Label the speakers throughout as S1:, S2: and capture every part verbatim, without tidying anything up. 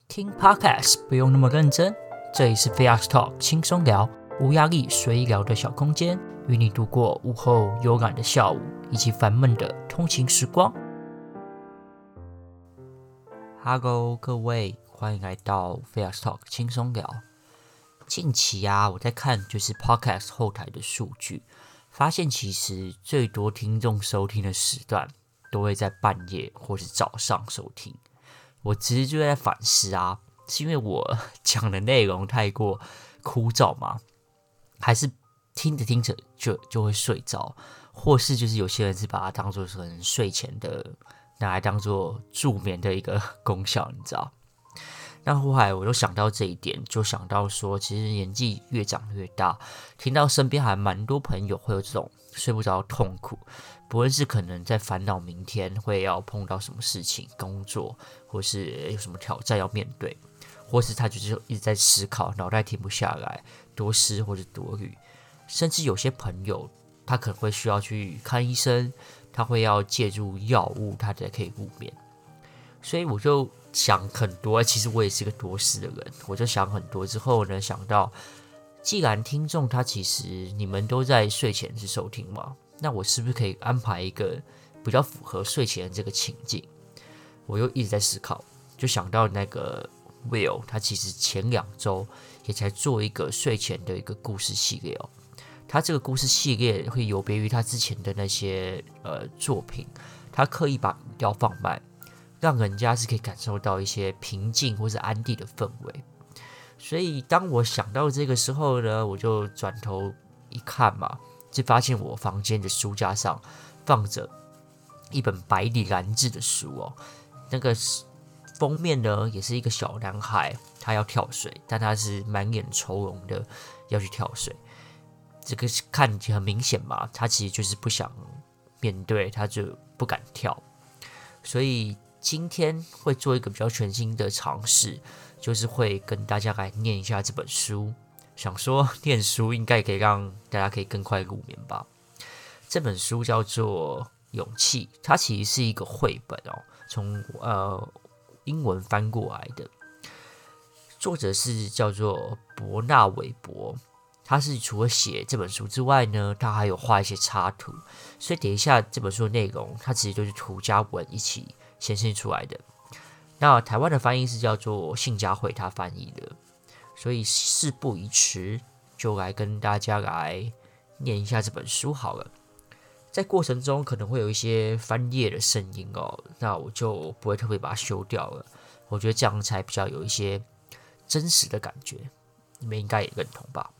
S1: 听 Podcast 不用那么认真，这里是 Fias Talk 轻松聊，无压力随意聊的小空间，与你度过午后悠然的下午，以及烦闷的通勤时光。Hello， 各位，欢迎来到 Fias Talk 轻松聊。近期啊，我在看就是 Podcast 后台的数据，发现其实最多听众收听的时段都会在半夜或是早上收听。我其实就在反思啊，是因为我讲的内容太过枯燥吗？还是听着听着就就会睡着？或是就是有些人是把它当作是很睡前的，拿来当做助眠的一个功效，你知道？那后来我就想到这一点，就想到说，其实年纪越长越大，听到身边还蛮多朋友会有这种睡不着的痛苦，不论是可能在烦恼明天会要碰到什么事情、工作，或是有什么挑战要面对，或是他就是一直在思考，脑袋停不下来，多思或者多虑，甚至有些朋友他可能会需要去看医生，他会要借助药物，他才可以入眠。所以我就想很多，其实我也是个多思的人，我就想很多之后呢，想到既然听众他其实你们都在睡前是收听嘛，那我是不是可以安排一个比较符合睡前的这个情境？我又一直在思考，就想到那个 Will， 他其实前两周也才做一个睡前的一个故事系列哦。他这个故事系列会有别于他之前的那些呃作品，他刻意把语调放慢，让人家是可以感受到一些平静或是安定的氛围。所以当我想到这个时候呢，我就转头一看嘛，就发现我房间的书架上放着一本白里蓝字的书哦。那个封面呢，也是一个小男孩，他要跳水，但他是满脸愁容的要去跳水。这个看起来很明显嘛，他其实就是不想面对，他就不敢跳。所以今天会做一个比较全新的尝试，就是会跟大家来念一下这本书。想说念书应该可以让大家可以更快入眠吧。这本书叫做《勇气》，它其实是一个绘本哦，从呃英文翻过来的。作者是叫做伯纳韦伯，他是除了写这本书之外呢，他还有画一些插图，所以等一下这本书的内容，它其实就是图加文一起显现出来的。那台湾的翻译是叫做信佳慧，他翻译的。所以事不宜迟，就来跟大家来念一下这本书好了。在过程中可能会有一些翻页的声音哦，那我就不会特别把它修掉了。我觉得这样才比较有一些真实的感觉，你们应该也认同吧？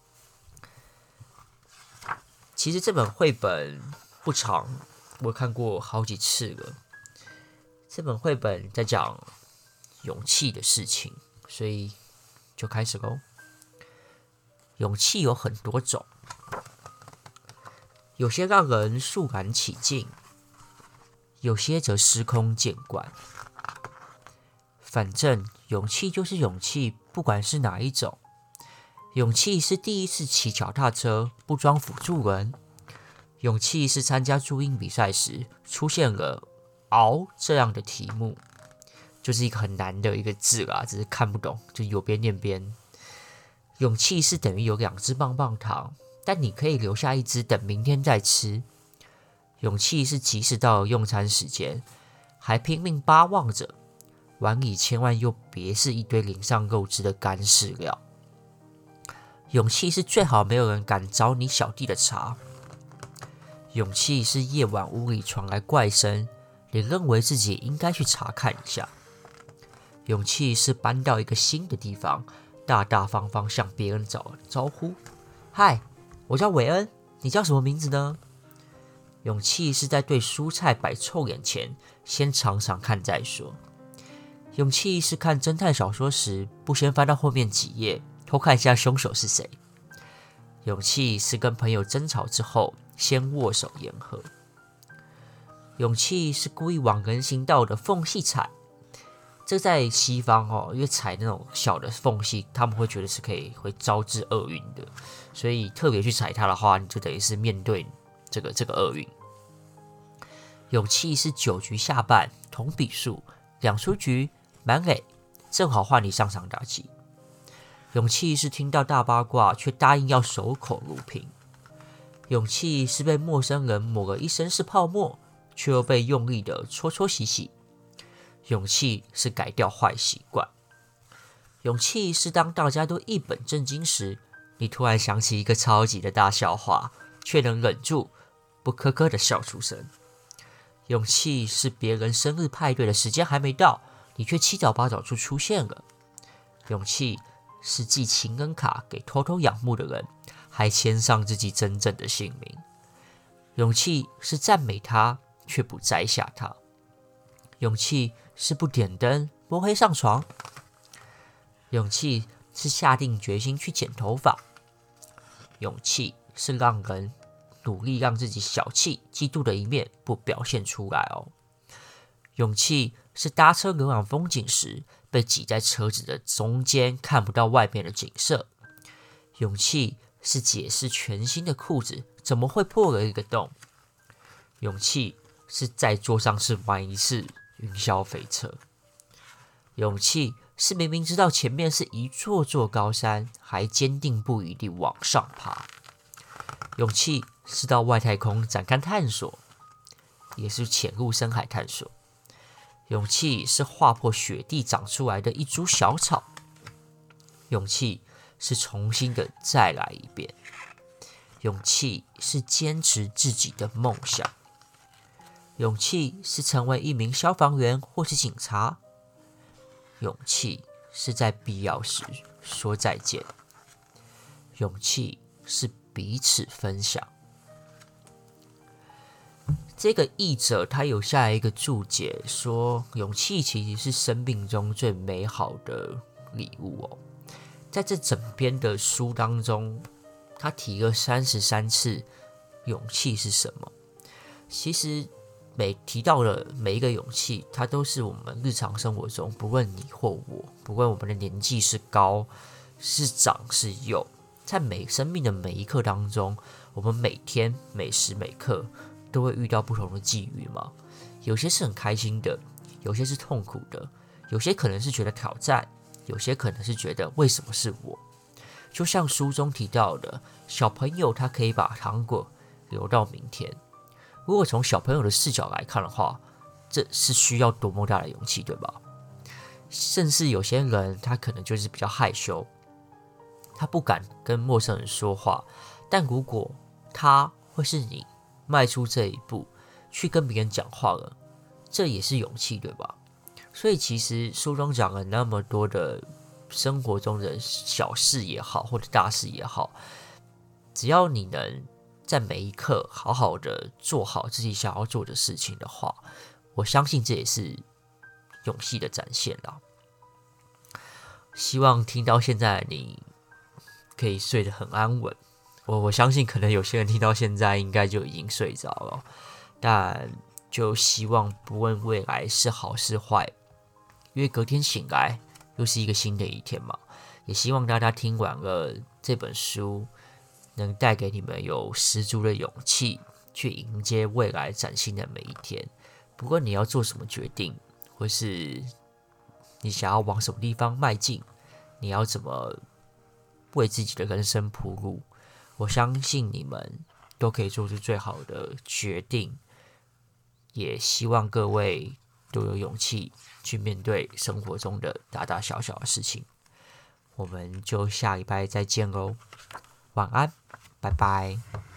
S1: 其实这本绘本不长，我看过好几次了。这本绘本在讲勇气的事情，所以就开始咯。勇气有很多种，有些让人肃然起敬，有些则司空见惯。反正勇气就是勇气，不管是哪一种。勇气是第一次骑脚踏车不装辅助轮，勇气是参加注音比赛时出现了熬这样的题目，就是一个很难的一个字啦，只是看不懂，就有边念边。勇气是等于有两只棒棒糖，但你可以留下一只等明天再吃。勇气是即使到了用餐时间，还拼命巴望着碗里千万又别是一堆淋上肉汁的干饲料。勇气是最好没有人敢找你小弟的茬。勇气是夜晚屋里传来怪声，你认为自己应该去查看一下。勇气是搬到一个新的地方，大大方方向别人打招呼：“嗨，我叫韦恩，你叫什么名字呢？”勇气是在对蔬菜摆臭脸前，先尝尝看再说。勇气是看侦探小说时，不先翻到后面几页，偷看一下凶手是谁。勇气是跟朋友争吵之后，先握手言和。勇气是故意往人行道的缝隙踩，这在西方哦，因为踩那种小的缝隙，他们会觉得是可以会招致厄运的，所以特别去踩它的话，你就等于是面对这个这个厄运。勇气是九局下半同比数，两出局满垒， 正好换你上场打击。勇气是听到大八卦却答应要守口如瓶。勇气是被陌生人抹了一身是泡沫，却又被用力的搓搓洗洗。勇气是改掉坏习惯。勇气是当大家都一本正经时，你突然想起一个超级的大笑话，却能忍住不咯咯的笑出声。勇气是别人生日派对的时间还没到，你却七早八早就出现了。勇气是寄情人卡给偷偷仰慕的人，还签上自己真正的姓名。勇气是赞美他，却不摘下他。勇气是不点灯，摸黑上床。勇气是下定决心去剪头发。勇气是让人努力让自己小气、嫉妒的一面不表现出来哦。勇气是搭车游览风景时，被挤在车子的中间，看不到外面的景色。勇气是解释全新的裤子怎么会破了一个洞。勇气是在桌上是玩一次云霄飞车。勇气是明明知道前面是一座座高山，还坚定不移地往上爬。勇气是到外太空展开探索，也是潜入深海探索。勇气是划破雪地长出来的一株小草。勇气是重新的再来一遍。勇气是坚持自己的梦想。勇气是成为一名消防员或是警察。勇气是在必要时说再见。勇气是彼此分享。这个译者他有下一个注解说，勇气其实是生命中最美好的礼物哦。在这整篇的书当中，他提了三十三次勇气是什么。其实每提到的每一个勇气，它都是我们日常生活中，不论你或我，不论我们的年纪是高是长是幼，在每生命的每一刻当中，我们每天每时每刻都会遇到不同的际遇嘛。有些是很开心的，有些是痛苦的，有些可能是觉得挑战，有些可能是觉得为什么是我。就像书中提到的，小朋友他可以把糖果留到明天。如果从小朋友的视角来看的话，这是需要多么大的勇气，对吧？甚至有些人他可能就是比较害羞，他不敢跟陌生人说话，但如果他会是你迈出这一步去跟别人讲话了，这也是勇气，对吧？所以其实书中讲了那么多的生活中的小事也好，或者大事也好，只要你能在每一刻好好的做好自己想要做的事情的话，我相信这也是勇气的展现啦。希望听到现在你可以睡得很安稳。我我相信可能有些人听到现在应该就已经睡着了，但就希望不论未来是好是坏，因为隔天醒来又是一个新的一天嘛。也希望大家听完了这本书，能带给你们有十足的勇气，去迎接未来崭新的每一天。不论你要做什么决定，或是你想要往什么地方迈进，你要怎么为自己的人生铺路，我相信你们都可以做出最好的决定。也希望各位都有勇气去面对生活中的大大小小的事情。我们就下礼拜再见喽，晚安，拜拜。